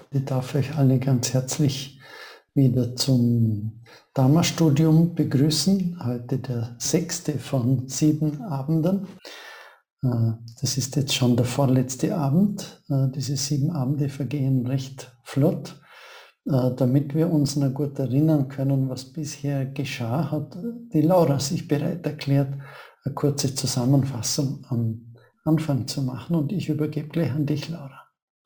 Ich darf euch alle ganz herzlich wieder zum Dharma-Studium begrüßen. Heute der 6. von 7 Abenden. Das ist jetzt schon der vorletzte Abend. Diese 7 Abende vergehen recht flott. Damit wir uns noch gut erinnern können, was bisher geschah, hat die Laura sich bereit erklärt, eine kurze Zusammenfassung am Anfang zu machen. Und ich übergebe gleich an dich, Laura.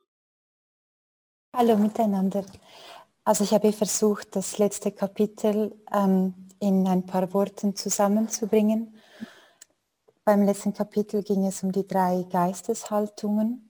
Hallo miteinander. Also ich habe versucht, das letzte Kapitel in ein paar Worten zusammenzubringen. Beim letzten Kapitel ging es um die 3 Geisteshaltungen,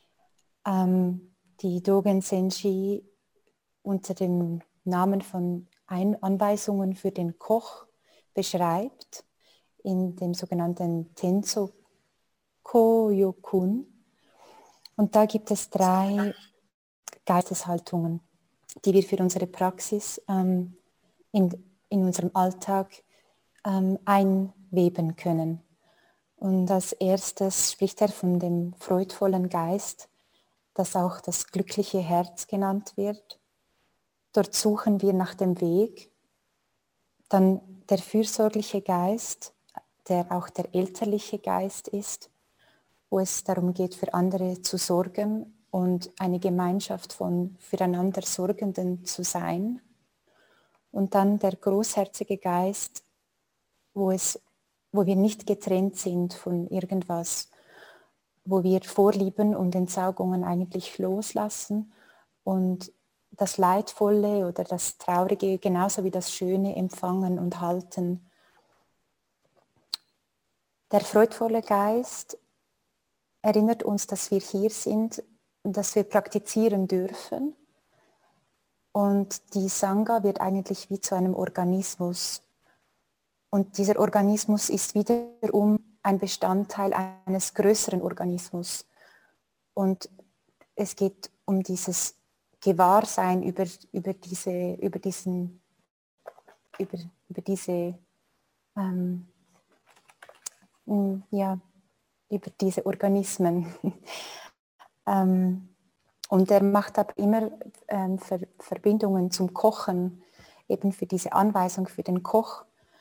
die Dogen Zenji unter dem Namen von Anweisungen für den Koch beschreibt, in dem sogenannten Tenso Koyokun. Und da gibt es 3 Geisteshaltungen, die wir für unsere Praxis in unserem Alltag einweben können. Und als erstes spricht er von dem freudvollen Geist, das auch das glückliche Herz genannt wird. Dort suchen wir nach dem Weg. Dann der fürsorgliche Geist, der auch der elterliche Geist ist, wo es darum geht, für andere zu sorgen und eine Gemeinschaft von füreinander Sorgenden zu sein. Und dann der großherzige Geist, wo wir nicht getrennt sind von irgendwas, wo wir Vorlieben und Entsaugungen eigentlich loslassen und das Leidvolle oder das Traurige genauso wie das Schöne empfangen und halten. Der freudvolle Geist erinnert uns, dass wir hier sind und dass wir praktizieren dürfen. Und die Sangha wird eigentlich wie zu einem Organismus. Und dieser Organismus ist wiederum ein Bestandteil eines größeren Organismus. Und es geht um dieses Gewahrsein über diese Organismen. Und er macht aber immer Verbindungen zum Kochen, eben für diese Anweisung für den Koch.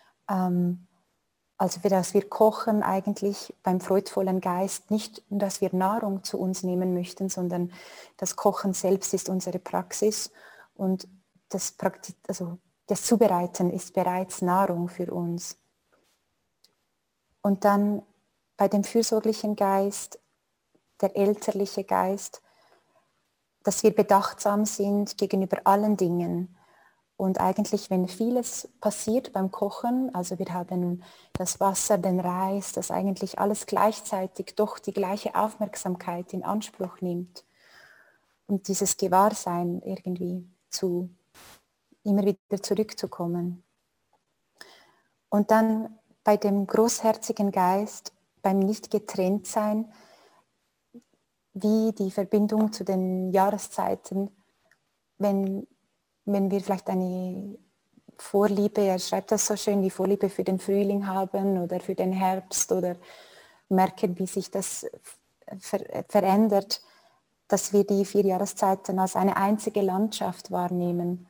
Also für das wir kochen eigentlich beim freudvollen Geist nicht, dass wir Nahrung zu uns nehmen möchten, sondern das Kochen selbst ist unsere Praxis und das Zubereiten ist bereits Nahrung für uns. Und dann bei dem fürsorglichen Geist, der elterliche Geist, dass wir bedachtsam sind gegenüber allen Dingen. Und eigentlich, wenn vieles passiert beim Kochen, also wir haben das Wasser, den Reis, das eigentlich alles gleichzeitig doch die gleiche Aufmerksamkeit in Anspruch nimmt. Und dieses Gewahrsein irgendwie immer wieder zurückzukommen. Und dann bei dem großherzigen Geist, beim Nicht-Getrennt-Sein, wie die Verbindung zu den Jahreszeiten, wenn wir vielleicht eine Vorliebe, er schreibt das so schön, die Vorliebe für den Frühling haben oder für den Herbst oder merken, wie sich das verändert, dass wir die 4 Jahreszeiten als eine einzige Landschaft wahrnehmen.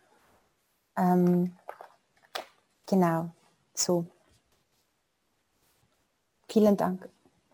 Genau, so. Vielen Dank.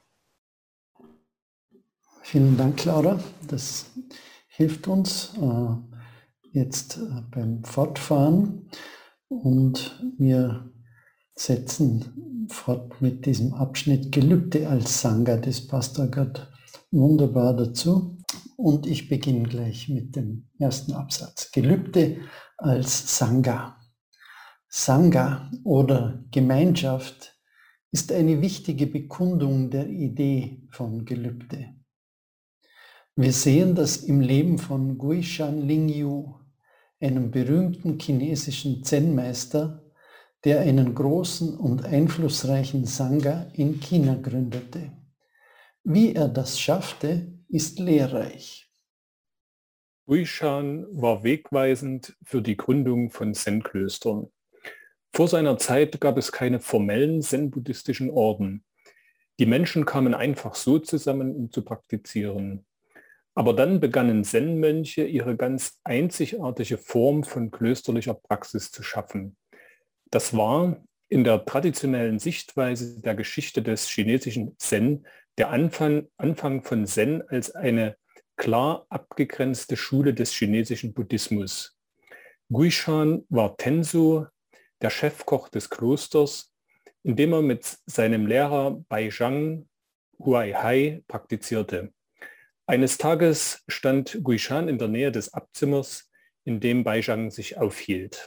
Vielen Dank, Laura. Das hilft uns jetzt beim Fortfahren und wir setzen fort mit diesem Abschnitt Gelübde als Sangha. Das passt da gerade wunderbar dazu. Und ich beginne gleich mit dem ersten Absatz. Gelübde als Sangha. Sangha oder Gemeinschaft ist eine wichtige Bekundung der Idee von Gelübde. Wir sehen das im Leben von Guishan Lingyu, einem berühmten chinesischen Zen-Meister, der einen großen und einflussreichen Sangha in China gründete. Wie er das schaffte, ist lehrreich. Guishan war wegweisend für die Gründung von Zen-Klöstern. Vor seiner Zeit gab es keine formellen zen-buddhistischen Orden. Die Menschen kamen einfach so zusammen, um zu praktizieren. Aber dann begannen Zen-Mönche ihre ganz einzigartige Form von klösterlicher Praxis zu schaffen. Das war in der traditionellen Sichtweise der Geschichte des chinesischen Zen der Anfang von Zen als eine klar abgegrenzte Schule des chinesischen Buddhismus. Guishan war Tenzo, der Chefkoch des Klosters, in dem er mit seinem Lehrer Baizhang Huaihai praktizierte. Eines Tages stand Guishan in der Nähe des Abzimmers, in dem Baizhang sich aufhielt.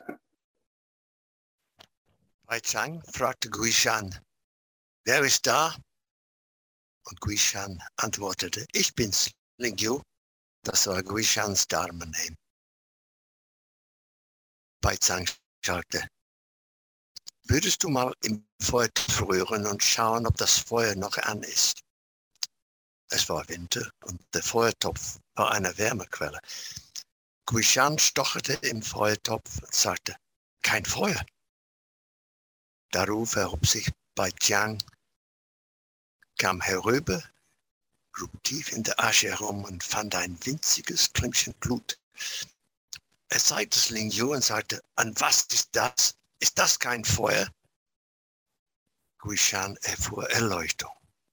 Baizhang fragte Guishan, wer ist da? Und Guishan antwortete, ich bin's, Lingyu. Das war Guishans Dharma-Name. Baizhang sagte, würdest du mal im Feuertopf rühren und schauen, ob das Feuer noch an ist? Es war Winter und der Feuertopf war eine Wärmequelle. Guishan stocherte im Feuertopf und sagte, kein Feuer. Darauf erhob sich Baizhang, kam herüber, grub tief in der Asche herum und fand ein winziges Klümpchen Blut. Er zeigte es Lingyu und sagte, an was ist das? Ist das kein Feuer? Guishan erfuhr Erleuchtung.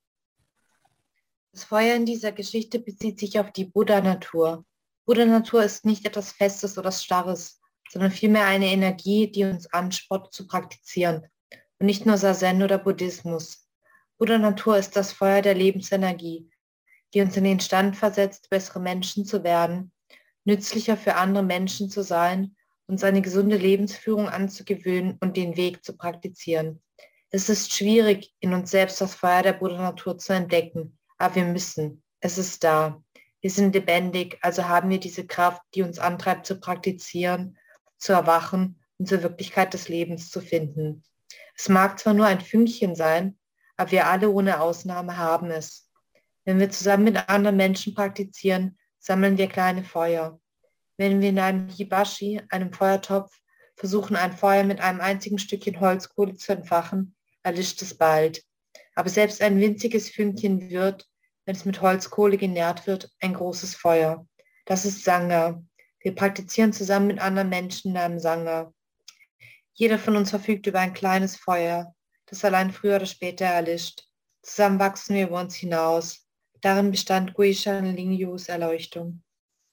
Das Feuer in dieser Geschichte bezieht sich auf die Buddha-Natur. Buddha-Natur ist nicht etwas Festes oder Starres, sondern vielmehr eine Energie, die uns anspornt zu praktizieren. Und nicht nur Zazen oder Buddhismus. Buddha-Natur ist das Feuer der Lebensenergie, die uns in den Stand versetzt, bessere Menschen zu werden, nützlicher für andere Menschen zu sein, uns eine gesunde Lebensführung anzugewöhnen und den Weg zu praktizieren. Es ist schwierig, in uns selbst das Feuer der Buddha-Natur zu entdecken, aber wir müssen. Es ist da. Wir sind lebendig, also haben wir diese Kraft, die uns antreibt zu praktizieren, zu erwachen und zur Wirklichkeit des Lebens zu finden. Es mag zwar nur ein Fünkchen sein, aber wir alle ohne Ausnahme haben es. Wenn wir zusammen mit anderen Menschen praktizieren, sammeln wir kleine Feuer. Wenn wir in einem Hibashi, einem Feuertopf, versuchen, ein Feuer mit einem einzigen Stückchen Holzkohle zu entfachen, erlischt es bald. Aber selbst ein winziges Fünkchen wird, wenn es mit Holzkohle genährt wird, ein großes Feuer. Das ist Sangha. Wir praktizieren zusammen mit anderen Menschen in einem Sangha. Jeder von uns verfügt über ein kleines Feuer, das allein früher oder später erlischt. Zusammen wachsen wir über uns hinaus. Darin bestand Guishan Lingyus Erleuchtung.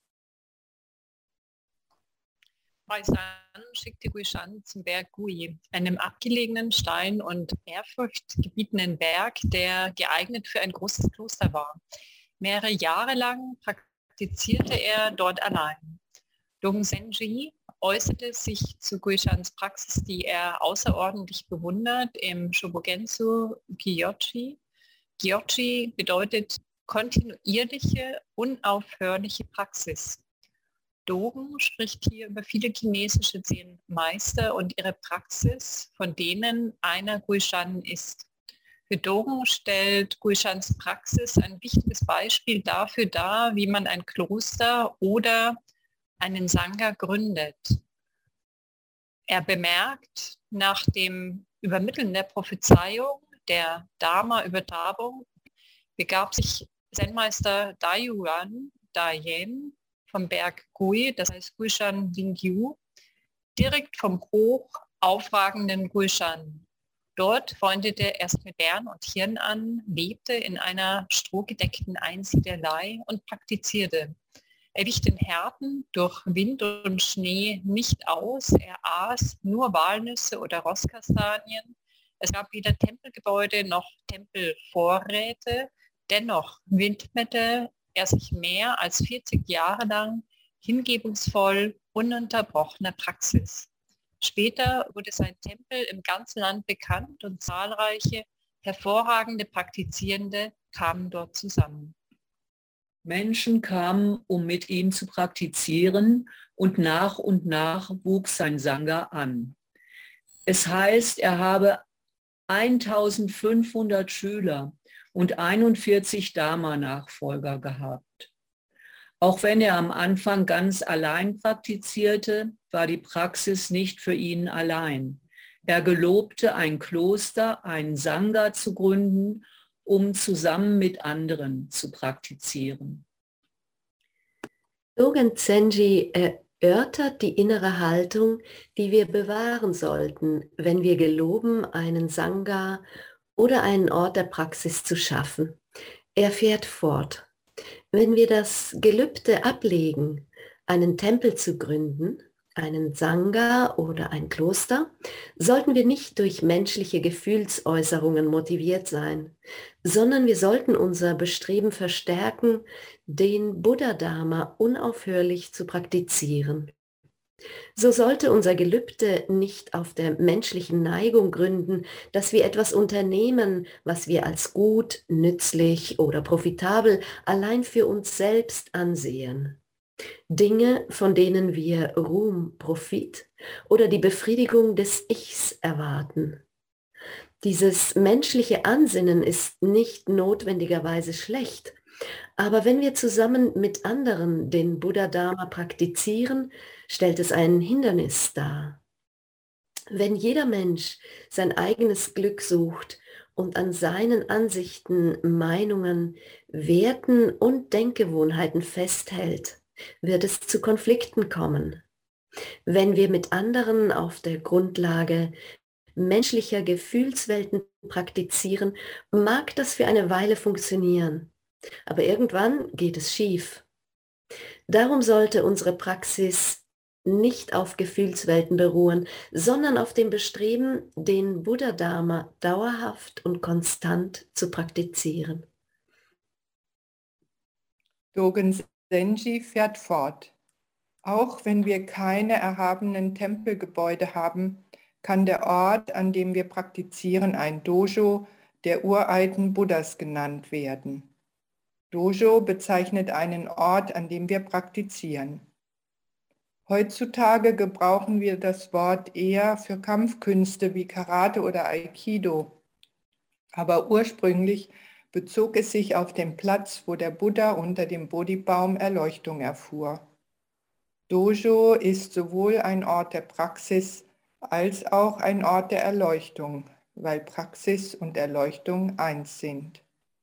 Baizhang schickte Guishan zum Berg Gui, einem abgelegenen Stein- und ehrfurchtgebietenden Berg, der geeignet für ein großes Kloster war. Mehrere Jahre lang praktizierte er dort allein. Dogen Zenji äußerte sich zu Guishans Praxis, die er außerordentlich bewundert, im Shobogenzo Gyochi. Gyochi bedeutet kontinuierliche, unaufhörliche Praxis. Dogen spricht hier über viele chinesische Zen-Meister und ihre Praxis, von denen einer Guishan ist. Für Dogen stellt Guishans Praxis ein wichtiges Beispiel dafür dar, wie man ein Kloster oder einen Sangha gründet. Er bemerkt, nach dem Übermitteln der Prophezeiung, der Dharma-Übertragung, begab sich Zen-Meister Daiyuan Dayen vom Berg Gui, das heißt Guishan Lingyu, direkt vom hoch aufragenden Guishan. Dort freundete er erst mit Bern und Hirn an, lebte in einer strohgedeckten Einsiedlerei und praktizierte. Er wich den Härten durch Wind und Schnee nicht aus. Er aß nur Walnüsse oder Rosskastanien. Es gab weder Tempelgebäude noch Tempelvorräte. Dennoch widmete er sich mehr als 40 Jahre lang hingebungsvoll, ununterbrochener Praxis. Später wurde sein Tempel im ganzen Land bekannt und zahlreiche hervorragende Praktizierende kamen dort zusammen. Menschen kamen, um mit ihm zu praktizieren, und nach wuchs sein Sangha an. Es heißt, er habe 1500 Schüler und 41 Dharma-Nachfolger gehabt. Auch wenn er am Anfang ganz allein praktizierte, war die Praxis nicht für ihn allein. Er gelobte, ein Kloster, einen Sangha zu gründen, um zusammen mit anderen zu praktizieren. Dogen Zenji erörtert die innere Haltung, die wir bewahren sollten, wenn wir geloben, einen Sangha oder einen Ort der Praxis zu schaffen. Er fährt fort. Wenn wir das Gelübde ablegen, einen Tempel zu gründen, einen Sangha oder ein Kloster, sollten wir nicht durch menschliche Gefühlsäußerungen motiviert sein, sondern wir sollten unser Bestreben verstärken, den Buddha-Dharma unaufhörlich zu praktizieren. So sollte unser Gelübde nicht auf der menschlichen Neigung gründen, dass wir etwas unternehmen, was wir als gut, nützlich oder profitabel allein für uns selbst ansehen. Dinge, von denen wir Ruhm, Profit oder die Befriedigung des Ichs erwarten. Dieses menschliche Ansinnen ist nicht notwendigerweise schlecht, aber wenn wir zusammen mit anderen den Buddha-Dharma praktizieren, stellt es ein Hindernis dar. Wenn jeder Mensch sein eigenes Glück sucht und an seinen Ansichten, Meinungen, Werten und Denkgewohnheiten festhält, wird es zu Konflikten kommen. Wenn wir mit anderen auf der Grundlage menschlicher Gefühlswelten praktizieren, mag das für eine Weile funktionieren, aber irgendwann geht es schief. Darum sollte unsere Praxis nicht auf Gefühlswelten beruhen, sondern auf dem Bestreben, den Buddha-Dharma dauerhaft und konstant zu praktizieren. Dogen Zenji fährt fort. Auch wenn wir keine erhabenen Tempelgebäude haben, kann der Ort, an dem wir praktizieren, ein Dojo der uralten Buddhas genannt werden. Dojo bezeichnet einen Ort, an dem wir praktizieren. Heutzutage gebrauchen wir das Wort eher für Kampfkünste wie Karate oder Aikido, aber ursprünglich bezog es sich auf den Platz, wo der Buddha unter dem Bodhibaum Erleuchtung erfuhr. Dojo ist sowohl ein Ort der Praxis als auch ein Ort der Erleuchtung, weil Praxis und Erleuchtung eins sind.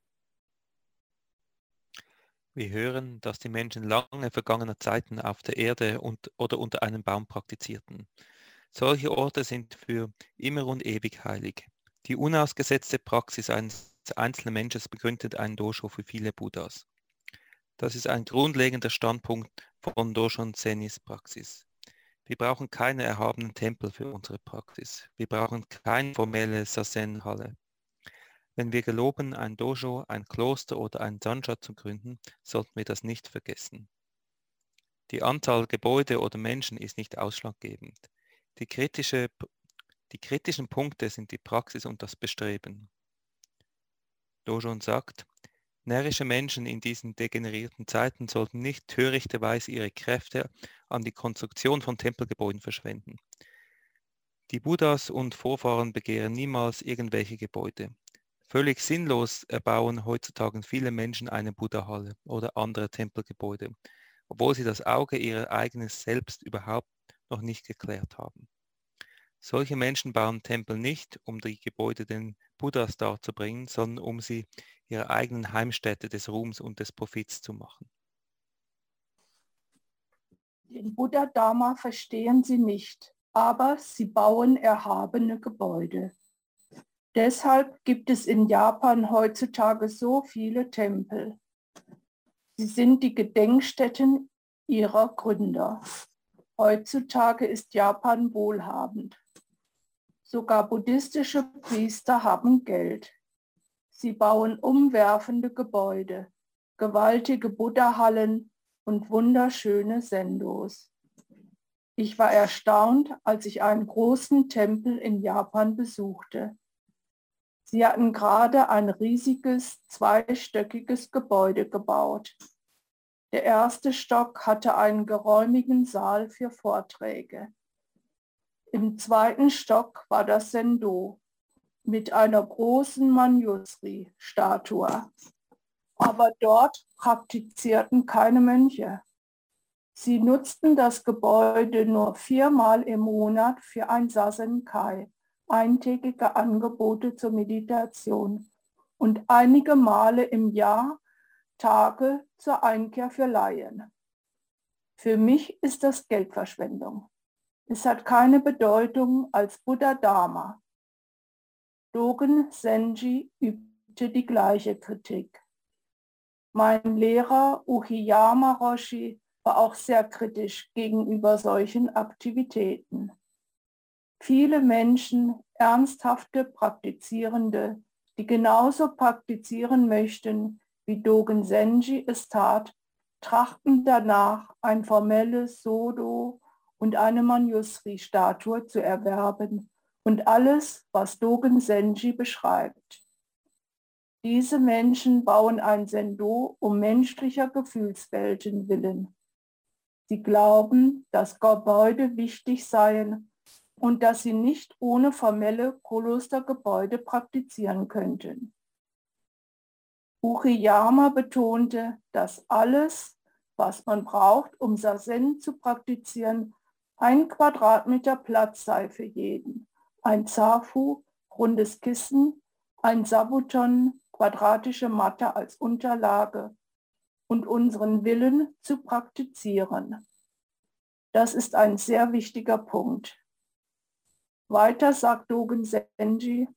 Wir hören, dass die Menschen lange vergangene Zeiten auf der Erde oder unter einem Baum praktizierten. Solche Orte sind für immer und ewig heilig. Die unausgesetzte Praxis eines einzelnen Menschen begründet ein Dojo für viele Buddhas. Das ist ein grundlegender Standpunkt von Doshon Zenjis Praxis. Wir brauchen keine erhabenen Tempel für unsere Praxis. Wir brauchen keine formelle Sazen-Halle. Wenn wir geloben, ein Dojo, ein Kloster oder ein Sangha zu gründen, sollten wir das nicht vergessen. Die Anzahl Gebäude oder Menschen ist nicht ausschlaggebend. Die kritischen Punkte sind die Praxis und das Bestreben. Doshon sagt, närrische Menschen in diesen degenerierten Zeiten sollten nicht törichterweise ihre Kräfte an die Konstruktion von Tempelgebäuden verschwenden. Die Buddhas und Vorfahren begehren niemals irgendwelche Gebäude. Völlig sinnlos erbauen heutzutage viele Menschen eine Buddha-Halle oder andere Tempelgebäude, obwohl sie das Auge ihrer eigenen Selbst überhaupt noch nicht geklärt haben. Solche Menschen bauen Tempel nicht, um die Gebäude den Buddhas darzubringen, sondern um sie ihre eigenen Heimstätte des Ruhms und des Profits zu machen. Den Buddha-Dharma verstehen sie nicht, aber sie bauen erhabene Gebäude. Deshalb gibt es in Japan heutzutage so viele Tempel. Sie sind die Gedenkstätten ihrer Gründer. Heutzutage ist Japan wohlhabend. Sogar buddhistische Priester haben Geld. Sie bauen umwerfende Gebäude, gewaltige Buddha-Hallen und wunderschöne Sendos. Ich war erstaunt, als ich einen großen Tempel in Japan besuchte. Sie hatten gerade ein riesiges, zweistöckiges Gebäude gebaut. Der erste Stock hatte einen geräumigen Saal für Vorträge. Im zweiten Stock war das Sendo mit einer großen Manjusri-Statue. Aber dort praktizierten keine Mönche. Sie nutzten das Gebäude nur 4-mal im Monat für ein Sazenkai, eintägige Angebote zur Meditation, und einige Male im Jahr Tage zur Einkehr für Laien. Für mich ist das Geldverschwendung. Es hat keine Bedeutung als Buddha Dharma. Dogen Zenji übte die gleiche Kritik. Mein Lehrer Uchiyama Roshi war auch sehr kritisch gegenüber solchen Aktivitäten. Viele Menschen, ernsthafte Praktizierende, die genauso praktizieren möchten, wie Dogen Zenji es tat, trachten danach, ein formelles Sodo und eine Manjusri-Statue zu erwerben und alles, was Dogen Zenji beschreibt. Diese Menschen bauen ein Sendo um menschlicher Gefühlswelten willen. Sie glauben, dass Gebäude wichtig seien und dass sie nicht ohne formelle Klostergebäude praktizieren könnten. Uchiyama betonte, dass alles, was man braucht, um Zazen zu praktizieren, 1 Quadratmeter Platz sei für jeden, ein Zafu, rundes Kissen, ein Sabuton, quadratische Matte als Unterlage und unseren Willen zu praktizieren. Das ist ein sehr wichtiger Punkt. Weiter sagt Dogen Zenji,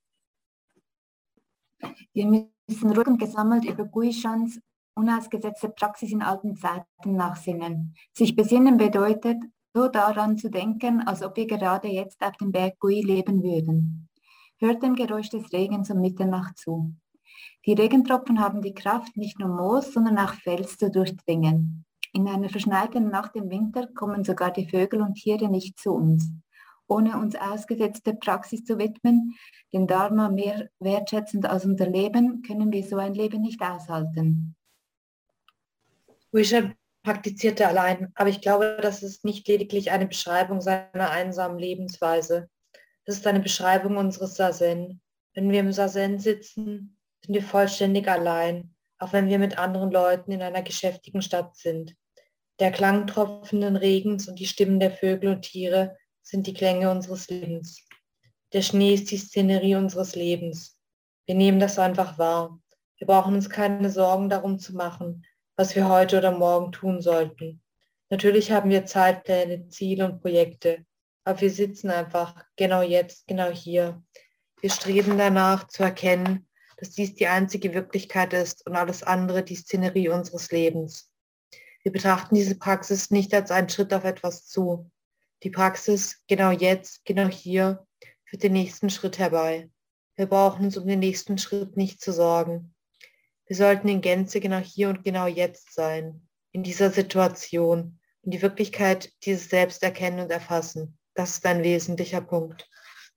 wir müssen ruhig und gesammelt über Guishans unausgesetzte Praxis in alten Zeiten nachsinnen. Sich besinnen bedeutet, so daran zu denken, als ob wir gerade jetzt auf dem Berg Gui leben würden. Hört dem Geräusch des Regens um Mitternacht zu. Die Regentropfen haben die Kraft, nicht nur Moos, sondern auch Fels zu durchdringen. In einer verschneiten Nacht im Winter kommen sogar die Vögel und Tiere nicht zu uns. Ohne uns ausgesetzte Praxis zu widmen, den Dharma mehr wertschätzend als unser Leben, können wir so ein Leben nicht aushalten. Guishan praktizierte allein, aber ich glaube, das ist nicht lediglich eine Beschreibung seiner einsamen Lebensweise. Das ist eine Beschreibung unseres Zazen. Wenn wir im Zazen sitzen, sind wir vollständig allein, auch wenn wir mit anderen Leuten in einer geschäftigen Stadt sind. Der Klang tropfenden Regens und die Stimmen der Vögel und Tiere sind die Klänge unseres Lebens. Der Schnee ist die Szenerie unseres Lebens. Wir nehmen das einfach wahr. Wir brauchen uns keine Sorgen darum zu machen, was wir heute oder morgen tun sollten. Natürlich haben wir Zeitpläne, Ziele und Projekte, aber wir sitzen einfach genau jetzt, genau hier. Wir streben danach zu erkennen, dass dies die einzige Wirklichkeit ist und alles andere die Szenerie unseres Lebens. Wir betrachten diese Praxis nicht als einen Schritt auf etwas zu. Die Praxis, genau jetzt, genau hier, führt den nächsten Schritt herbei. Wir brauchen uns um den nächsten Schritt nicht zu sorgen. Wir sollten in Gänze genau hier und genau jetzt sein, in dieser Situation und die Wirklichkeit dieses Selbst erkennen und erfassen. Das ist ein wesentlicher Punkt.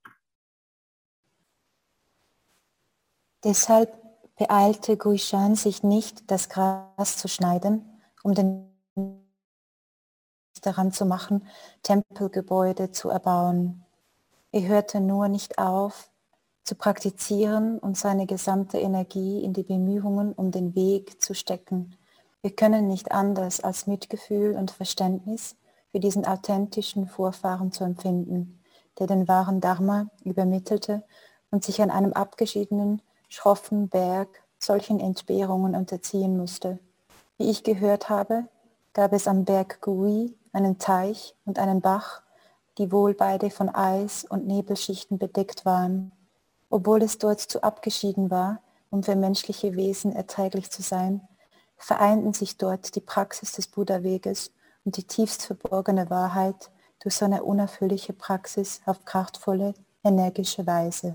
Deshalb beeilte Guishan sich nicht, das Gras zu schneiden, um den daran zu machen, Tempelgebäude zu erbauen. Er hörte nur nicht auf, zu praktizieren und seine gesamte Energie in die Bemühungen um den Weg zu stecken. Wir können nicht anders als Mitgefühl und Verständnis für diesen authentischen Vorfahren zu empfinden, der den wahren Dharma übermittelte und sich an einem abgeschiedenen, schroffen Berg solchen Entbehrungen unterziehen musste. Wie ich gehört habe, gab es am Berg Gui einen Teich und einen Bach, die wohl beide von Eis- und Nebelschichten bedeckt waren. Obwohl es dort zu abgeschieden war, um für menschliche Wesen erträglich zu sein, vereinten sich dort die Praxis des Buddha-Weges und die tiefst verborgene Wahrheit durch so eine unerfüllliche Praxis auf kraftvolle, energische Weise.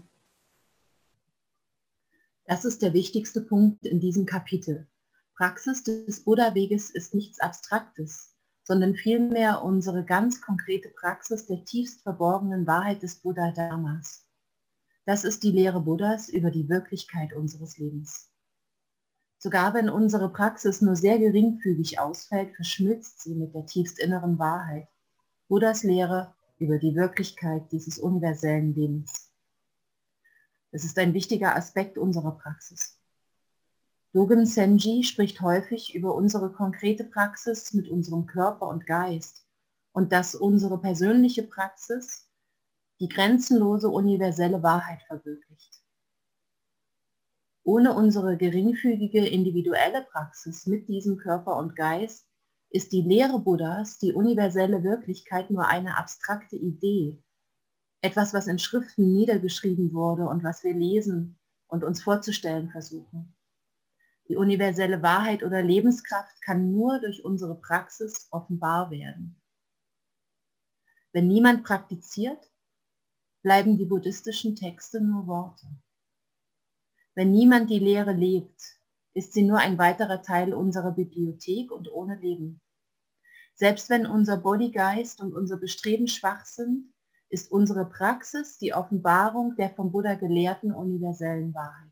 Das ist der wichtigste Punkt in diesem Kapitel. Praxis des Buddha-Weges ist nichts Abstraktes, sondern vielmehr unsere ganz konkrete Praxis der tiefst verborgenen Wahrheit des Buddha-Dharmas. Das ist die Lehre Buddhas über die Wirklichkeit unseres Lebens. Sogar wenn unsere Praxis nur sehr geringfügig ausfällt, verschmilzt sie mit der tiefst inneren Wahrheit, Buddhas Lehre über die Wirklichkeit dieses universellen Lebens. Das ist ein wichtiger Aspekt unserer Praxis. Dogen Zenji spricht häufig über unsere konkrete Praxis mit unserem Körper und Geist und dass unsere persönliche Praxis die grenzenlose universelle Wahrheit verwirklicht. Ohne unsere geringfügige individuelle Praxis mit diesem Körper und Geist ist die Lehre Buddhas, die universelle Wirklichkeit, nur eine abstrakte Idee. Etwas, was in Schriften niedergeschrieben wurde und was wir lesen und uns vorzustellen versuchen. Die universelle Wahrheit oder Lebenskraft kann nur durch unsere Praxis offenbar werden. Wenn niemand praktiziert, bleiben die buddhistischen Texte nur Worte. Wenn niemand die Lehre lebt, ist sie nur ein weiterer Teil unserer Bibliothek und ohne Leben. Selbst wenn unser Bodygeist und unser Bestreben schwach sind, ist unsere Praxis die Offenbarung der vom Buddha gelehrten universellen Wahrheit.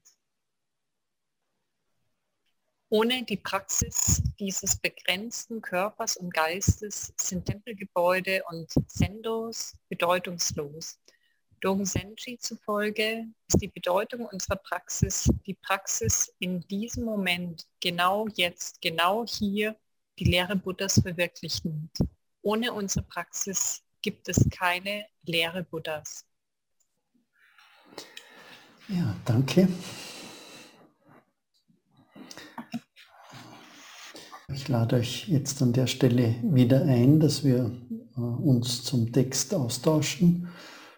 Ohne die Praxis dieses begrenzten Körpers und Geistes sind Tempelgebäude und Sendos bedeutungslos. Dogen Zenji zufolge ist die Bedeutung unserer Praxis die Praxis in diesem Moment, genau jetzt, genau hier, die Lehre Buddhas verwirklichen. Ohne unsere Praxis gibt es keine Lehre Buddhas. Ja, danke. Ich lade euch jetzt an der Stelle wieder ein, dass wir uns zum Text austauschen.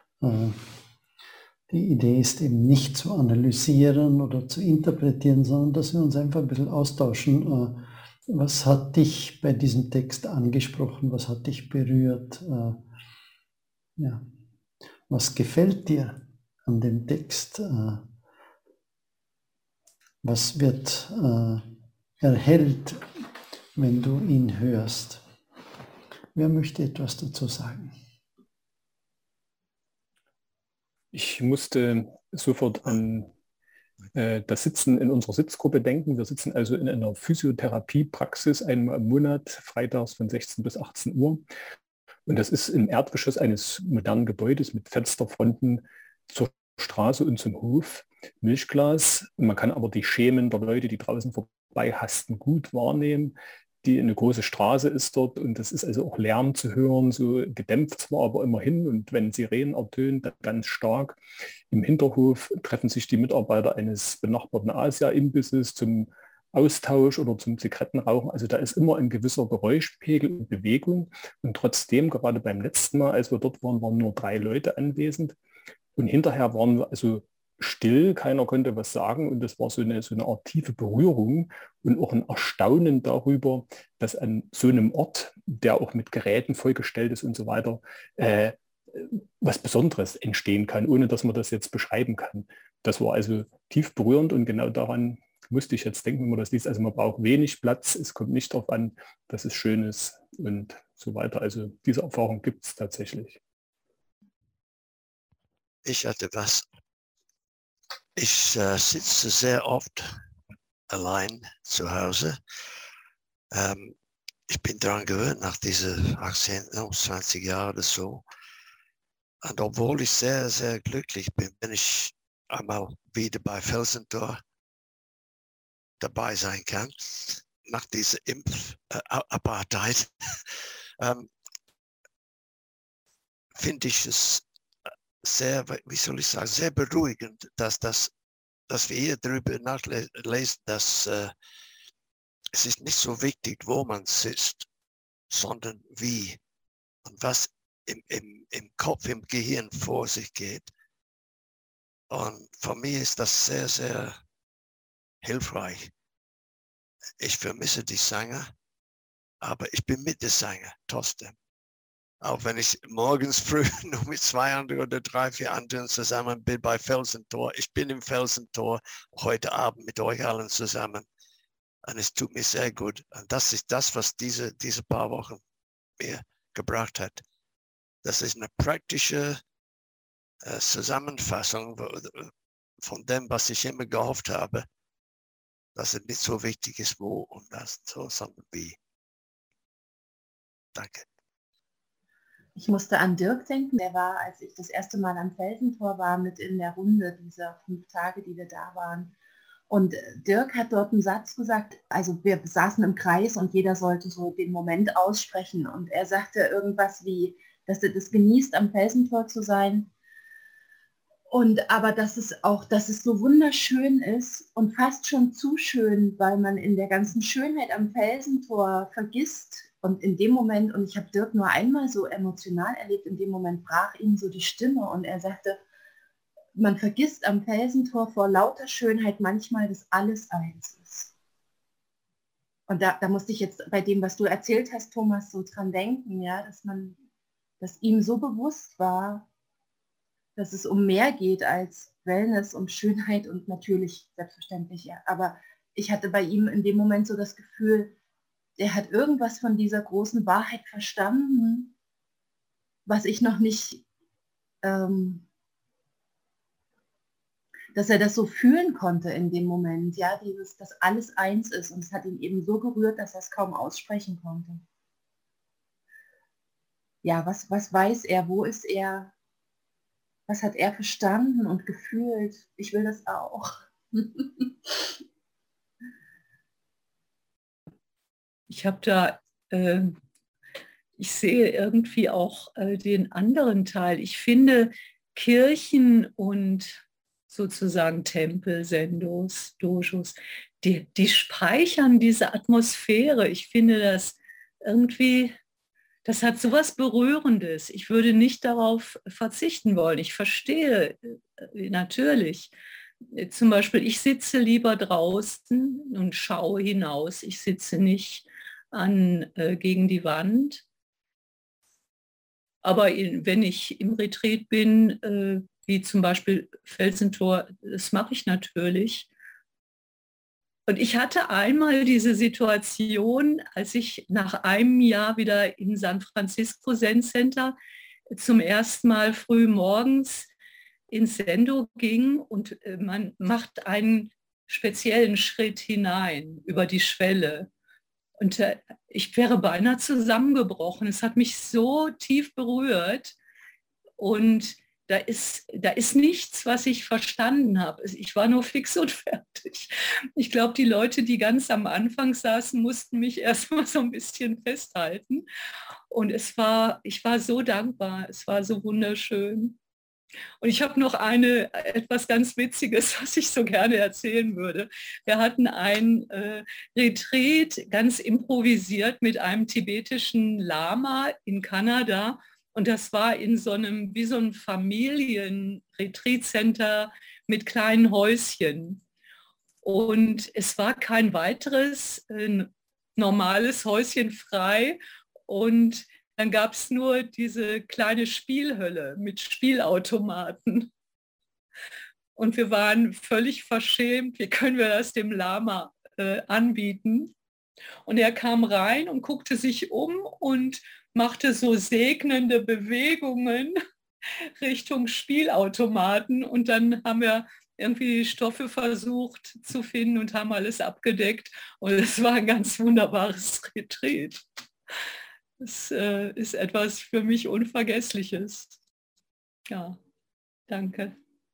Die Idee ist eben nicht zu analysieren oder zu interpretieren, sondern dass wir uns einfach ein bisschen austauschen. Was hat dich bei diesem Text angesprochen? Was hat dich berührt? Ja. Was gefällt dir an dem Text? Was wird erhellt, wenn du ihn hörst? Wer möchte etwas dazu sagen? Ich musste sofort an das Sitzen in unserer Sitzgruppe denken. Wir sitzen also in einer Physiotherapiepraxis einmal im Monat, freitags von 16 bis 18 Uhr. Und das ist im Erdgeschoss eines modernen Gebäudes mit Fensterfronten zur Straße und zum Hof, Milchglas. Und man kann aber die Schemen der Leute, die draußen vorbeihasten, gut wahrnehmen. Eine große Straße ist dort und es ist also auch Lärm zu hören, so gedämpft zwar, aber immerhin. Und wenn Sirenen ertönen, dann ganz stark. Im Hinterhof treffen sich die Mitarbeiter eines benachbarten Asia-Imbisses zum Austausch oder zum Zigarettenrauchen. Also da ist immer ein gewisser Geräuschpegel und Bewegung. Und trotzdem, gerade beim letzten Mal, als wir dort waren, waren nur 3 Leute anwesend. Und hinterher waren wir also still, keiner konnte was sagen und das war so eine Art tiefe Berührung und auch ein Erstaunen darüber, dass an so einem Ort, der auch mit Geräten vollgestellt ist und so weiter, was Besonderes entstehen kann, ohne dass man das jetzt beschreiben kann. Das war also tief berührend und genau daran musste ich jetzt denken, wenn man das liest. Also man braucht wenig Platz, es kommt nicht darauf an, dass es schön ist und so weiter. Also diese Erfahrung gibt es tatsächlich. Ich hatte was. Ich sitze sehr oft allein zu Hause. Ich bin daran gewöhnt, nach diesen 18, 20 Jahren oder so. Und obwohl ich sehr, sehr glücklich bin, wenn ich einmal wieder bei Felsentor dabei sein kann, nach dieser Impfapartheid, finde ich es sehr, wie soll ich sagen, sehr beruhigend, dass wir hier darüber nachlesen, dass es ist nicht so wichtig, wo man sitzt, sondern wie und was im Kopf, im Gehirn vor sich geht. Und für mich ist das sehr, sehr hilfreich. Ich vermisse die Sänger, aber ich bin mit der Sänger trotzdem. Auch wenn ich morgens früh nur mit 2 anderen oder 3, 4 anderen zusammen bin bei Felsentor. Ich bin im Felsentor heute Abend mit euch allen zusammen. Und es tut mir sehr gut. Und das ist das, was diese paar Wochen mir gebracht hat. Das ist eine praktische Zusammenfassung von dem, was ich immer gehofft habe, dass es nicht so wichtig ist, wo und das so, sondern wie. Danke. Ich musste an Dirk denken, der war, als ich das erste Mal am Felsentor war, mit in der Runde dieser 5 Tage, die wir da waren. Und Dirk hat dort einen Satz gesagt, also wir saßen im Kreis und jeder sollte so den Moment aussprechen. Und er sagte irgendwas wie, dass er das genießt, am Felsentor zu sein, Aber dass es so wunderschön ist und fast schon zu schön, weil man in der ganzen Schönheit am Felsentor vergisst. Und in dem Moment, und ich habe Dirk nur einmal so emotional erlebt, in dem Moment brach ihm so die Stimme und er sagte, man vergisst am Felsentor vor lauter Schönheit manchmal, dass alles eins ist. Und da musste ich jetzt bei dem, was du erzählt hast, Thomas, so dran denken, ja, dass ihm so bewusst war, dass es um mehr geht als Wellness und Schönheit und natürlich selbstverständlich, ja. Aber ich hatte bei ihm in dem Moment so das Gefühl, der hat irgendwas von dieser großen Wahrheit verstanden, was ich noch nicht, dass er das so fühlen konnte in dem Moment, ja, dass alles eins ist. Und es hat ihn eben so gerührt, dass er es kaum aussprechen konnte. Ja, was weiß er? Wo ist er? Was hat er verstanden und gefühlt? Ich will das auch. Ich habe da, ich sehe irgendwie auch den anderen Teil. Ich finde Kirchen und sozusagen Tempel, Sendos, Dojos, die speichern diese Atmosphäre. Ich finde das irgendwie, das hat sowas Berührendes. Ich würde nicht darauf verzichten wollen. Ich verstehe natürlich. Zum Beispiel, ich sitze lieber draußen und schaue hinaus. Ich sitze nicht gegen die Wand. Aber wenn ich im Retreat bin, wie zum Beispiel Felsentor, das mache ich natürlich. Und ich hatte einmal diese Situation, als ich nach einem Jahr wieder in San Francisco Zen Center zum ersten Mal früh morgens ins Sendo ging und man macht einen speziellen Schritt hinein über die Schwelle. Und ich wäre beinahe zusammengebrochen. Es hat mich so tief berührt und da ist nichts, was ich verstanden habe. Ich war nur fix und fertig. Ich glaube, die Leute, die ganz am Anfang saßen, mussten mich erstmal so ein bisschen festhalten. Und ich war so dankbar. Es war so wunderschön. Und ich habe noch etwas ganz Witziges, was ich so gerne erzählen würde. Wir hatten ein Retreat ganz improvisiert mit einem tibetischen Lama in Kanada. Und das war in wie so ein Familien-Retreat-Center mit kleinen Häuschen. Und es war kein weiteres normales Häuschen frei. Und dann gab es nur diese kleine Spielhölle mit Spielautomaten. Und wir waren völlig verschämt, wie können wir das dem Lama anbieten? Und er kam rein und guckte sich um und machte so segnende Bewegungen Richtung Spielautomaten. Und dann haben wir irgendwie Stoffe versucht zu finden und haben alles abgedeckt. Und es war ein ganz wunderbares Retreat. Es ist etwas für mich Unvergessliches. Ja, danke.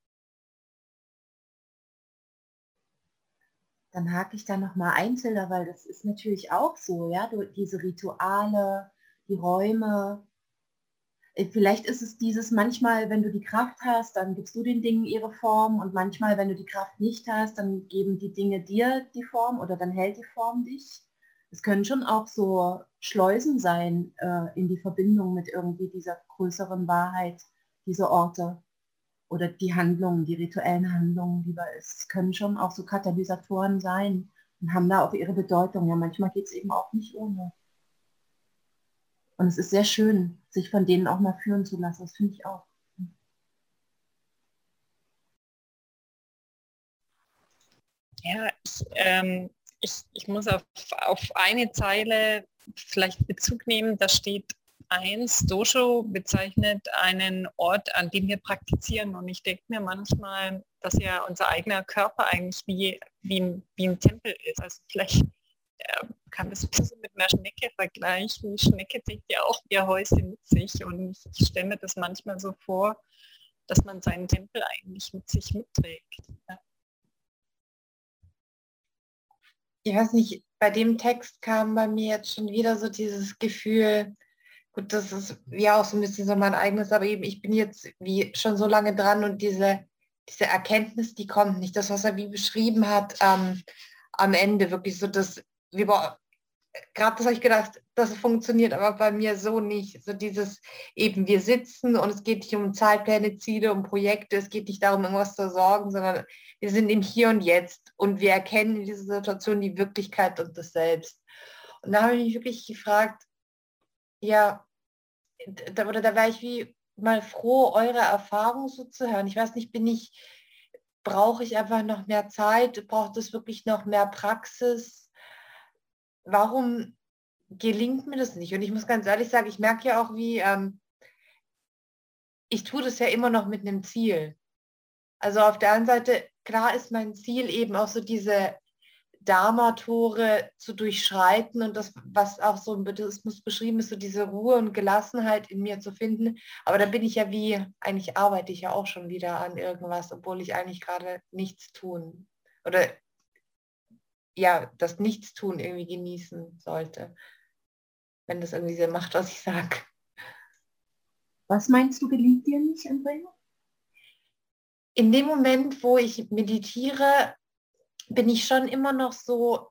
Dann hake ich da nochmal ein, Tilda, weil das ist natürlich auch so, ja, diese Rituale, die Räume. Vielleicht ist es dieses manchmal, wenn du die Kraft hast, dann gibst du den Dingen ihre Form und manchmal, wenn du die Kraft nicht hast, dann geben die Dinge dir die Form oder dann hält die Form dich. Es können schon auch so Schleusen sein in die Verbindung mit irgendwie dieser größeren Wahrheit, diese Orte oder die Handlungen, die rituellen Handlungen, die es können schon auch so Katalysatoren sein und haben da auch ihre Bedeutung. Ja, manchmal geht es eben auch nicht ohne. Und es ist sehr schön, sich von denen auch mal führen zu lassen. Das finde ich auch. Ja, ich muss auf eine Zeile vielleicht Bezug nehmen. Da steht 1, Dojo bezeichnet einen Ort, an dem wir praktizieren. Und ich denke mir manchmal, dass ja unser eigener Körper eigentlich wie ein Tempel ist. Also vielleicht kann das ein bisschen mit einer Schnecke vergleichen. Die Schnecke trägt ja auch ihr Häuschen mit sich. Und ich stelle mir das manchmal so vor, dass man seinen Tempel eigentlich mit sich mitträgt. Ja. Ich weiß nicht, bei dem Text kam bei mir jetzt schon wieder so dieses Gefühl, Gut, das ist ja auch so ein bisschen so mein eigenes, aber eben ich bin jetzt wie schon so lange dran und diese Erkenntnis, die kommt nicht. Das, was er wie beschrieben hat, am Ende wirklich so, dass wir gerade das habe ich gedacht, das funktioniert aber bei mir so nicht. So dieses eben, wir sitzen und es geht nicht um Zeitpläne, Ziele, um Projekte, es geht nicht darum, irgendwas zu sorgen, sondern wir sind im Hier und Jetzt und wir erkennen in dieser Situation die Wirklichkeit und das Selbst. Und da habe ich mich wirklich gefragt, ja, da wäre ich wie mal froh, eure Erfahrung so zu hören. Ich weiß nicht, brauche ich einfach noch mehr Zeit? Braucht es wirklich noch mehr Praxis? Warum gelingt mir das nicht? Und ich muss ganz ehrlich sagen, ich merke ja auch, wie ich tue das ja immer noch mit einem Ziel. Also auf der einen Seite, klar ist mein Ziel eben auch so diese Dharma-Tore zu durchschreiten und das, was auch so im Buddhismus beschrieben ist, so diese Ruhe und Gelassenheit in mir zu finden. Aber da bin ich ja eigentlich arbeite ich ja auch schon wieder an irgendwas, obwohl ich eigentlich gerade nichts tun oder ja, das Nichtstun irgendwie genießen sollte. Wenn das irgendwie Sinn macht, was ich sage. Was meinst du, gelingt dir nicht, Andrea? In dem Moment, wo ich meditiere, bin ich schon immer noch so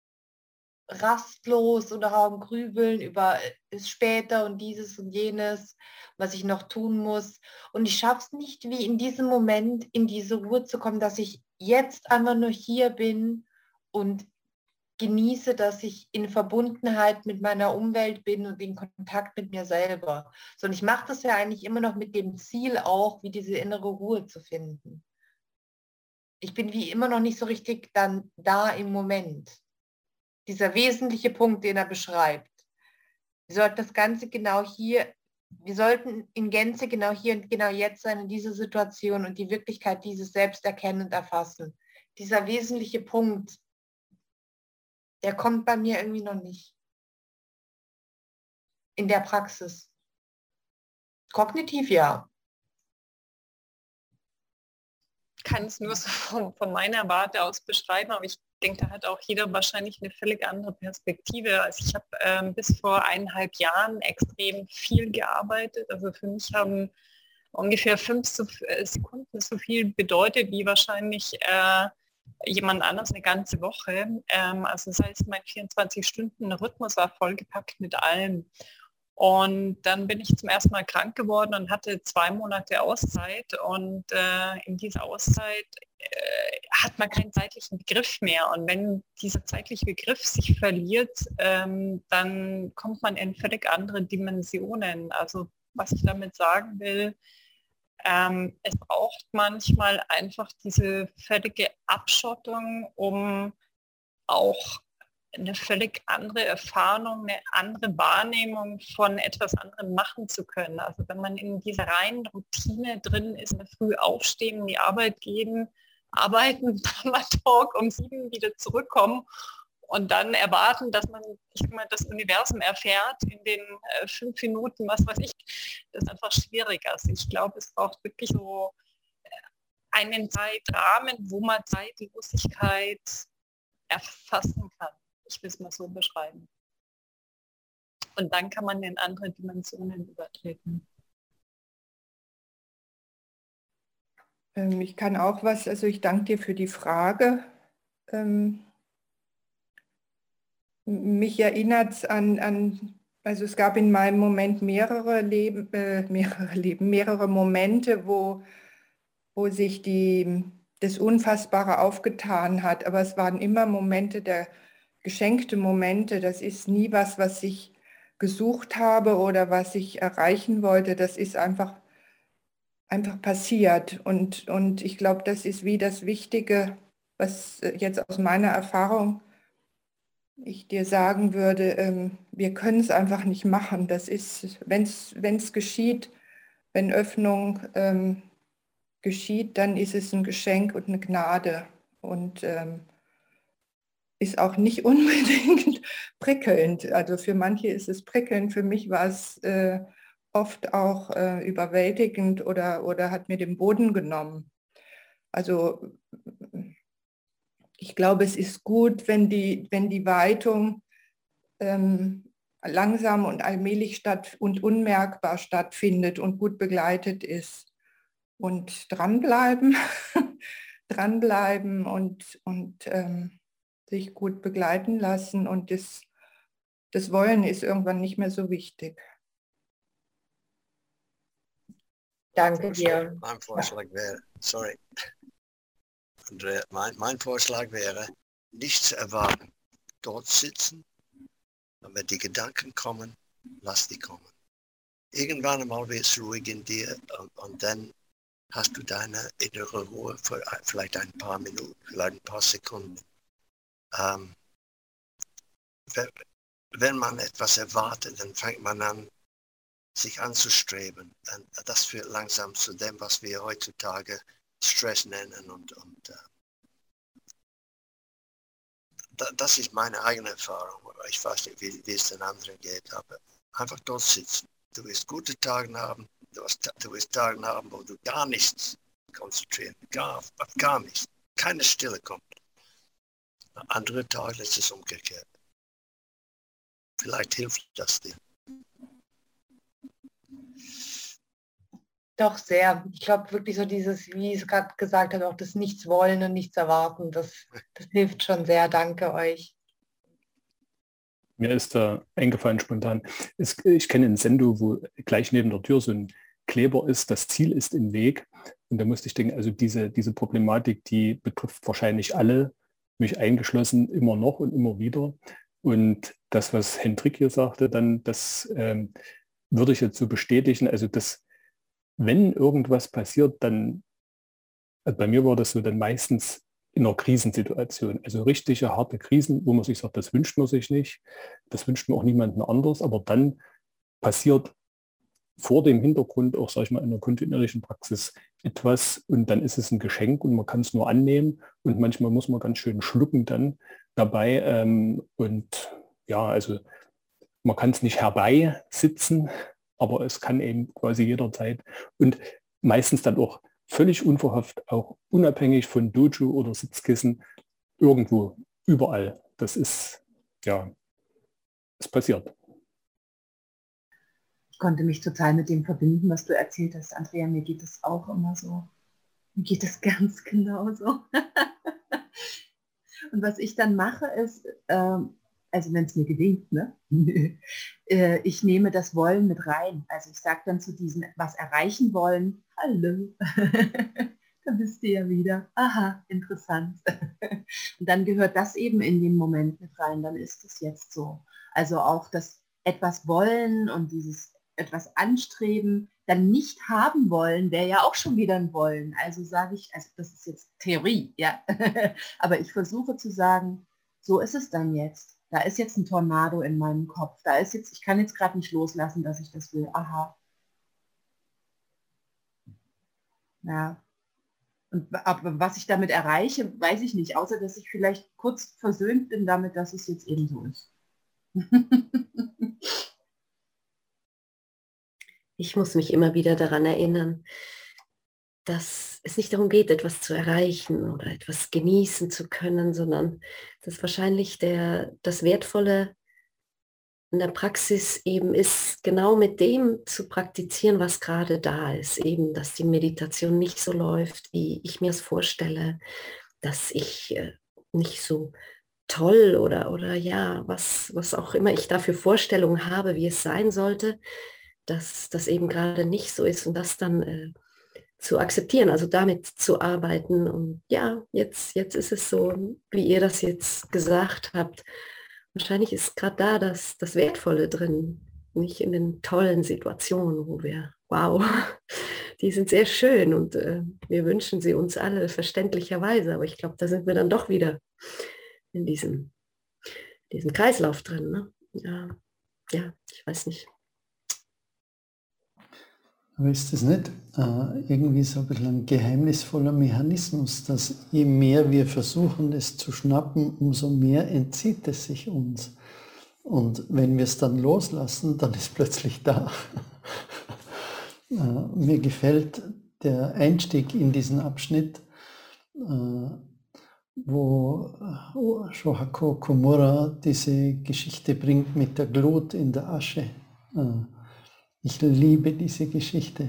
rastlos oder am Grübeln über ist später und dieses und jenes, was ich noch tun muss. Und ich schaffe es nicht, wie in diesem Moment in diese Ruhe zu kommen, dass ich jetzt einfach nur hier bin und genieße, dass ich in Verbundenheit mit meiner Umwelt bin und in Kontakt mit mir selber. So, und ich mache das ja eigentlich immer noch mit dem Ziel auch, wie diese innere Ruhe zu finden. Ich bin wie immer noch nicht so richtig dann da im Moment. Dieser wesentliche Punkt, den er beschreibt. Wir sollten das Ganze genau hier, wir sollten in Gänze genau hier und genau jetzt sein, in dieser Situation und die Wirklichkeit dieses Selbst erkennen und erfassen. Dieser wesentliche Punkt, der kommt bei mir irgendwie noch nicht. In der Praxis. Kognitiv ja. Ich kann es nur so von meiner Warte aus beschreiben, aber ich denke, da hat auch jeder wahrscheinlich eine völlig andere Perspektive. Also ich habe bis vor 1,5 Jahren extrem viel gearbeitet. Also für mich haben ungefähr 5 Sekunden so viel bedeutet wie wahrscheinlich jemand anders eine ganze Woche. Also das heißt, mein 24-Stunden-Rhythmus war vollgepackt mit allem. Und dann bin ich zum ersten Mal krank geworden und hatte 2 Monate Auszeit. Und in dieser Auszeit hat man keinen zeitlichen Begriff mehr. Und wenn dieser zeitliche Begriff sich verliert, dann kommt man in völlig andere Dimensionen. Also was ich damit sagen will, es braucht manchmal einfach diese völlige Abschottung, um auch eine völlig andere Erfahrung, eine andere Wahrnehmung von etwas anderem machen zu können. Also wenn man in dieser reinen Routine drin ist, früh aufstehen, in die Arbeit gehen, arbeiten, Talk um 7 wieder zurückkommen und dann erwarten, dass man, ich sag mal, das Universum erfährt in den 5 Minuten, was weiß ich, das ist einfach schwierig. Also ich glaube, es braucht wirklich so einen Zeitrahmen, wo man Zeitlosigkeit erfassen kann. Ich will es mal so beschreiben. Und dann kann man in andere Dimensionen übertreten. Ich kann auch was, also ich danke dir für die Frage. Mich erinnert es an, also es gab in meinem Moment mehrere Momente, wo sich das Unfassbare aufgetan hat, aber es waren immer Momente geschenkte Momente. Das ist nie was ich gesucht habe oder was ich erreichen wollte. Das ist einfach passiert. Und ich glaube, das ist wie das Wichtige, was jetzt aus meiner Erfahrung ich dir sagen würde, wir können es einfach nicht machen. Das ist, wenn es geschieht, wenn Öffnung geschieht, dann ist es ein Geschenk und eine Gnade und ist auch nicht unbedingt prickelnd. Also für manche ist es prickelnd, für mich war es oft auch überwältigend oder hat mir den Boden genommen. Also ich glaube, es ist gut, wenn die Weitung langsam und allmählich und unmerkbar stattfindet und gut begleitet ist. Und dranbleiben, dranbleiben und sich gut begleiten lassen. Und das Wollen ist irgendwann nicht mehr so wichtig. Danke dir. Mein Vorschlag wäre, sorry, Andrea, mein Vorschlag wäre, nicht zu erwarten, dort sitzen, und wenn die Gedanken kommen, lass die kommen. Irgendwann einmal wird es ruhig in dir und dann hast du deine innere Ruhe für vielleicht ein paar Minuten, vielleicht ein paar Sekunden. Wenn man etwas erwartet, dann fängt man an, sich anzustreben. Und das führt langsam zu dem, was wir heutzutage Stress nennen. Und das ist meine eigene Erfahrung. Ich weiß nicht, wie es den anderen geht, aber einfach dort sitzen. Du wirst gute Tage haben, du wirst Tage haben, wo du gar nichts konzentrieren, gar nichts. Keine Stille kommt. Andere Tage ist es umgekehrt. Vielleicht hilft das dir. Doch sehr. Ich glaube wirklich so dieses, wie es gerade gesagt hat, auch das Nichts wollen und nichts erwarten, das hilft schon sehr. Danke euch. Mir ist da eingefallen spontan, ich kenne ein Sendo, wo gleich neben der Tür so ein Kleber ist, das Ziel ist im Weg. Und da musste ich denken, also diese Problematik, die betrifft wahrscheinlich alle, mich eingeschlossen, immer noch und immer wieder. Und das, was Hendrik hier sagte, dann, das würde ich jetzt so bestätigen. Also dass, wenn irgendwas passiert, dann, also bei mir war das so dann meistens in einer Krisensituation, also richtige harte Krisen, wo man sich sagt, das wünscht man sich nicht, das wünscht man auch niemandem anders, aber dann passiert vor dem Hintergrund auch, sage ich mal, in der kontinuierlichen Praxis etwas und dann ist es ein Geschenk und man kann es nur annehmen und manchmal muss man ganz schön schlucken dann dabei und ja, also man kann es nicht herbeisitzen, aber es kann eben quasi jederzeit und meistens dann auch völlig unverhofft, auch unabhängig von Dojo oder Sitzkissen, irgendwo, überall. Das ist, ja, es passiert. Ich konnte mich total mit dem verbinden, was du erzählt hast, Andrea. Mir geht es auch immer so. Mir geht es ganz genauso. Und was ich dann mache ist, also wenn es mir gelingt, ne? Ich nehme das Wollen mit rein. Also ich sage dann zu diesem, was erreichen wollen, hallo, da bist du ja wieder. Aha, interessant. Und dann gehört das eben in den Moment mit rein, dann ist es jetzt so. Also auch das etwas wollen und dieses etwas anstreben, dann nicht haben wollen, wäre ja auch schon wieder ein Wollen. Also sage ich, also das ist jetzt Theorie, ja. Aber ich versuche zu sagen, so ist es dann jetzt. Da ist jetzt ein Tornado in meinem Kopf. Da ist jetzt, ich kann jetzt gerade nicht loslassen, dass ich das will. Aha. Ja. Aber was ich damit erreiche, weiß ich nicht, außer dass ich vielleicht kurz versöhnt bin damit, dass es jetzt eben so ist. Ich muss mich immer wieder daran erinnern, dass es nicht darum geht, etwas zu erreichen oder etwas genießen zu können, sondern dass wahrscheinlich das Wertvolle in der Praxis eben ist, genau mit dem zu praktizieren, was gerade da ist. Eben, dass die Meditation nicht so läuft, wie ich mir es vorstelle, dass ich nicht so toll oder ja, was auch immer ich da für Vorstellungen habe, wie es sein sollte, dass das eben gerade nicht so ist und das dann zu akzeptieren, also damit zu arbeiten. Und ja, jetzt ist es so, wie ihr das jetzt gesagt habt. Wahrscheinlich ist gerade da das Wertvolle drin, nicht in den tollen Situationen, wo wir, wow, die sind sehr schön und wir wünschen sie uns alle verständlicherweise, aber ich glaube, da sind wir dann doch wieder in diesem Kreislauf drin. Ne? Ja, ich weiß nicht. Aber ist das nicht irgendwie so ein bisschen ein geheimnisvoller Mechanismus, dass je mehr wir versuchen, es zu schnappen, umso mehr entzieht es sich uns. Und wenn wir es dann loslassen, dann ist plötzlich da. Mir gefällt der Einstieg in diesen Abschnitt, wo Shohaku Komura diese Geschichte bringt mit der Glut in der Asche. Ich liebe diese Geschichte.